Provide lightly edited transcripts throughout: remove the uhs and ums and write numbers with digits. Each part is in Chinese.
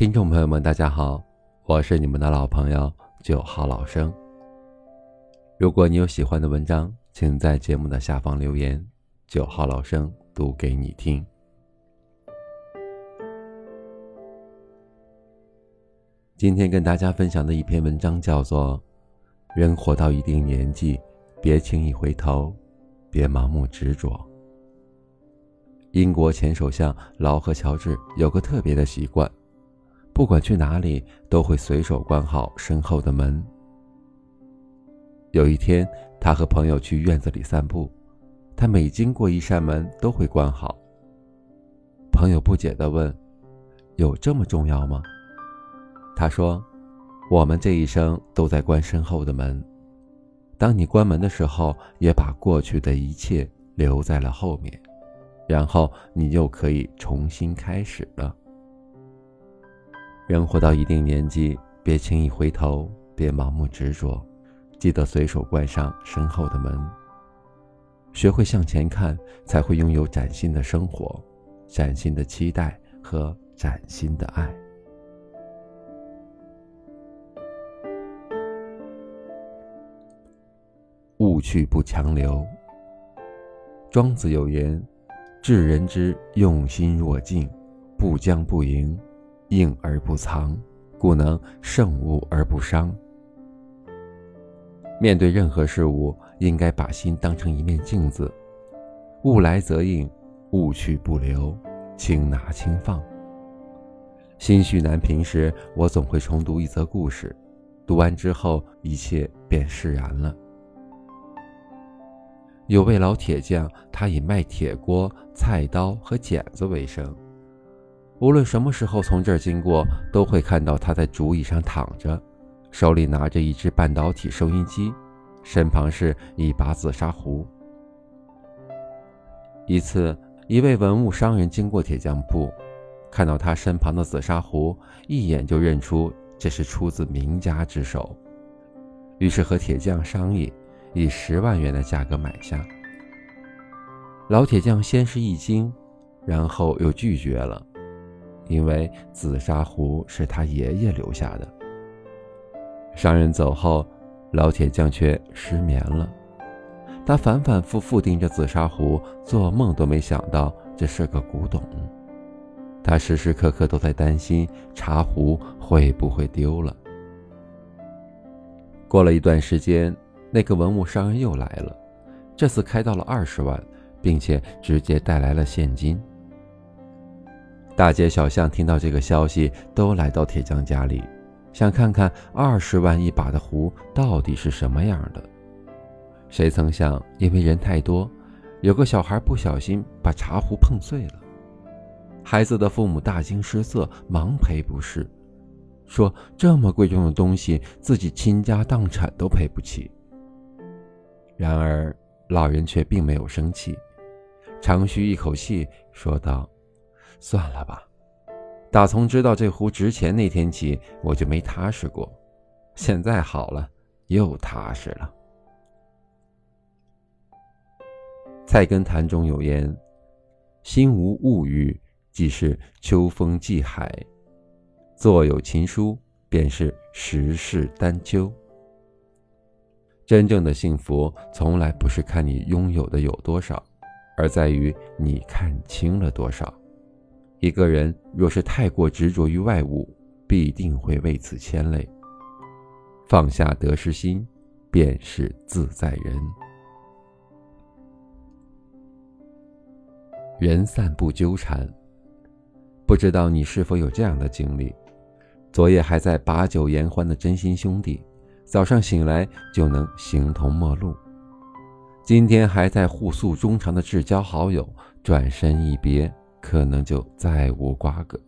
听众朋友们大家好，我是你们的老朋友9号老生。如果你有喜欢的文章，请在节目的下方留言，9号老生读给你听。今天跟大家分享的一篇文章叫做人活到一定年纪，别轻易回头，别盲目执着。英国前首相劳合乔治有个特别的习惯，不管去哪里都会随手关好身后的门。有一天，他和朋友去院子里散步，他每经过一扇门都会关好。朋友不解地问：有这么重要吗？他说：我们这一生都在关身后的门，当你关门的时候，也把过去的一切留在了后面，然后你又可以重新开始了。人活到一定年纪，别轻易回头，别盲目执着，记得随手关上身后的门。学会向前看，才会拥有崭新的生活，崭新的期待和崭新的爱。勿去不强留。庄子有言：治人之用心若镜，不将不迎，应而不藏，故能胜物而不伤。面对任何事物，应该把心当成一面镜子，物来则应，物去不留，轻拿轻放。心绪难平时，我总会重读一则故事，读完之后，一切便释然了。有位老铁匠，他以卖铁锅、菜刀和剪子为生。无论什么时候从这儿经过，都会看到他在竹椅上躺着，手里拿着一只半导体收音机，身旁是一把紫砂壶。一次，一位文物商人经过铁匠铺，看到他身旁的紫砂壶，一眼就认出这是出自名家之手，于是和铁匠商议，以10万元的价格买下。老铁匠先是一惊，然后又拒绝了，因为紫砂壶是他爷爷留下的。商人走后，老铁匠却失眠了。他反反复复盯着紫砂壶，做梦都没想到这是个古董。他时时刻刻都在担心茶壶会不会丢了。过了一段时间，那个文物商人又来了，这次开到了20万，并且直接带来了现金。大街小巷听到这个消息，都来到铁匠家里，想看看20万一把的壶到底是什么样的。谁曾想，因为人太多，有个小孩不小心把茶壶碰碎了。孩子的父母大惊失色，忙赔不是，说这么贵重的东西，自己倾家荡产都赔不起。然而老人却并没有生气，长吁一口气说道：算了吧，打从知道这壶值钱那天起，我就没踏实过，现在好了，又踏实了。菜根谭中有言：心无物欲，即是秋风寄海；坐有琴书，便是时事丹丘。真正的幸福从来不是看你拥有的有多少，而在于你看清了多少。一个人若是太过执着于外物，必定会为此牵累。放下得失心，便是自在人。人散不纠缠。不知道你是否有这样的经历，昨夜还在把酒言欢的真心兄弟，早上醒来就能形同陌路；今天还在互诉衷肠的至交好友，转身一别，可能就再无瓜葛。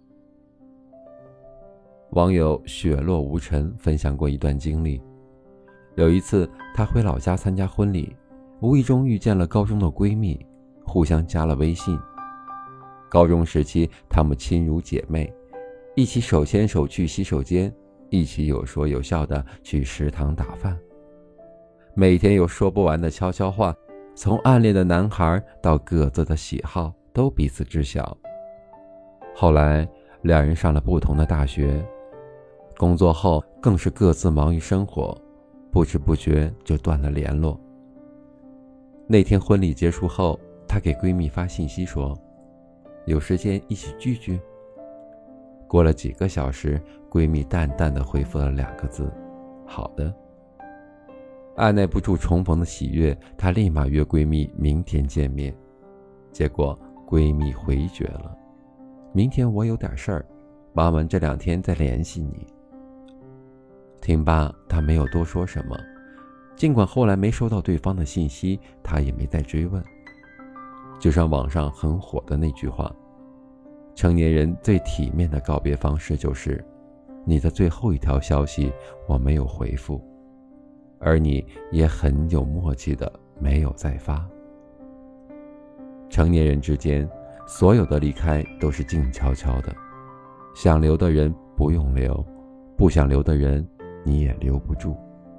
网友雪落无尘分享过一段经历，有一次她回老家参加婚礼，无意中遇见了高中的闺蜜，互相加了微信。高中时期她们亲如姐妹，一起手牵手去洗手间，一起有说有笑的去食堂打饭，每天有说不完的悄悄话，从暗恋的男孩到各自的喜好都彼此知晓。后来两人上了不同的大学，工作后更是各自忙于生活，不知不觉就断了联络。那天婚礼结束后，她给闺蜜发信息说，有时间一起聚聚。过了几个小时，闺蜜淡淡的回复了2个字，好的。按耐不住重逢的喜悦，她立马约闺蜜明天见面。结果闺蜜回绝了，明天我有点事儿，忙完这2天再联系你。听罢，她没有多说什么，尽管后来没收到对方的信息，她也没再追问。就像网上很火的那句话，成年人最体面的告别方式就是你的最后一条消息我没有回复，而你也很有默契的没有再发。成年人之间，所有的离开都是静悄悄的，想留的人不用留，不想留的人你也留不住。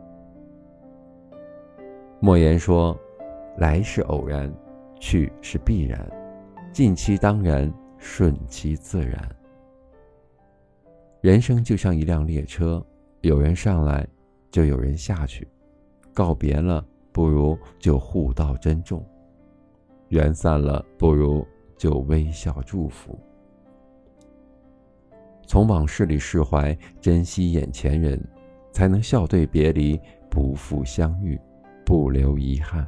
莫言说，来是偶然，去是必然，尽其当然，顺其自然。人生就像一辆列车，有人上来就有人下去，告别了不如就互道珍重，缘散了不如就微笑祝福。从往事里释怀，珍惜眼前人，才能笑对别离，不负相遇，不留遗憾。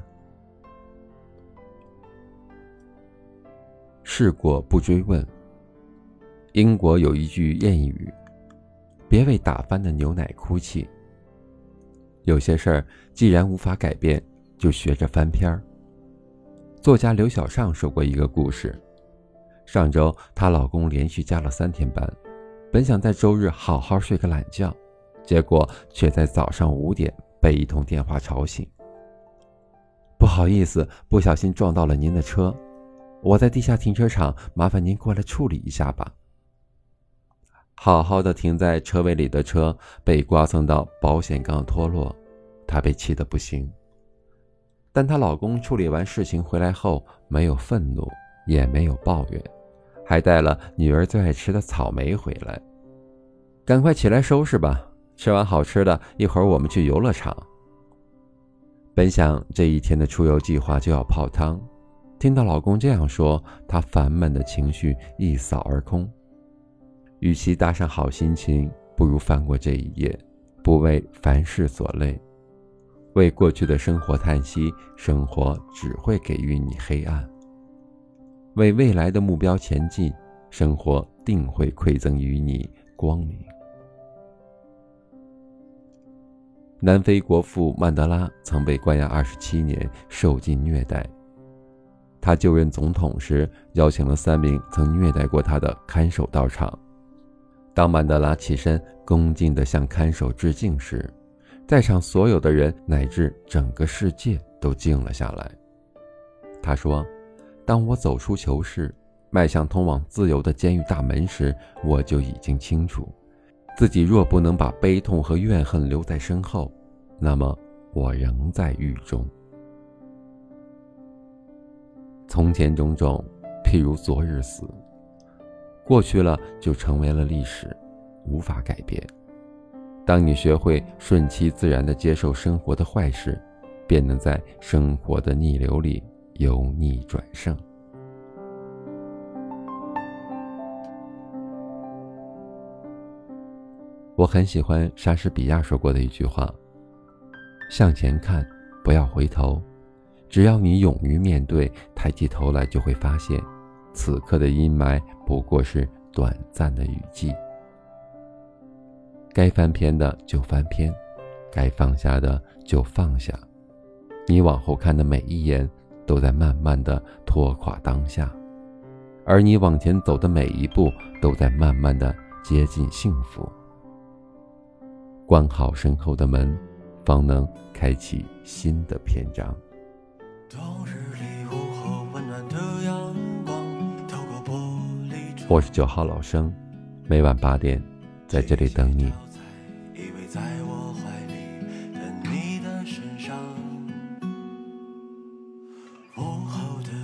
事过不追问。英国有一句谚语，别为打翻的牛奶哭泣。有些事儿既然无法改变，就学着翻篇儿。作家刘小尚说过一个故事，上周她老公连续加了3天班，本想在周日好好睡个懒觉，结果却在早上5点被一通电话吵醒。不好意思，不小心撞到了您的车，我在地下停车场，麻烦您过来处理一下吧。好好的停在车位里的车被刮蹭到保险杠脱落，她被气得不行。但她老公处理完事情回来后，没有愤怒，也没有抱怨，还带了女儿最爱吃的草莓回来。赶快起来收拾吧，吃完好吃的，一会儿我们去游乐场。本想这一天的出游计划就要泡汤，听到老公这样说，她烦闷的情绪一扫而空。与其搭上好心情，不如翻过这一页，不为凡事所累。为过去的生活叹息，生活只会给予你黑暗；为未来的目标前进，生活定会馈赠于你光明。南非国父曼德拉曾被关押27年，受尽虐待。他就任总统时，邀请了3名曾虐待过他的看守到场。当曼德拉起身恭敬地向看守致敬时，在场所有的人乃至整个世界都静了下来。他说，当我走出囚室，迈向通往自由的监狱大门时，我就已经清楚，自己若不能把悲痛和怨恨留在身后，那么我仍在狱中。从前种种，譬如昨日死，过去了就成为了历史，无法改变。当你学会顺其自然地接受生活的坏事，便能在生活的逆流里由逆转胜。我很喜欢莎士比亚说过的一句话，向前看，不要回头，只要你勇于面对，抬起头来就会发现，此刻的阴霾不过是短暂的雨季。该翻篇的就翻篇，该放下的就放下。你往后看的每一眼，都在慢慢的拖垮当下，而你往前走的每一步，都在慢慢的接近幸福。关好身后的门，方能开启新的篇章。 冬日里午后温暖的阳光透过玻璃窗， 我是9号老生，每晚8点在这里等你。 依偎在我怀里，等你的身上。午后的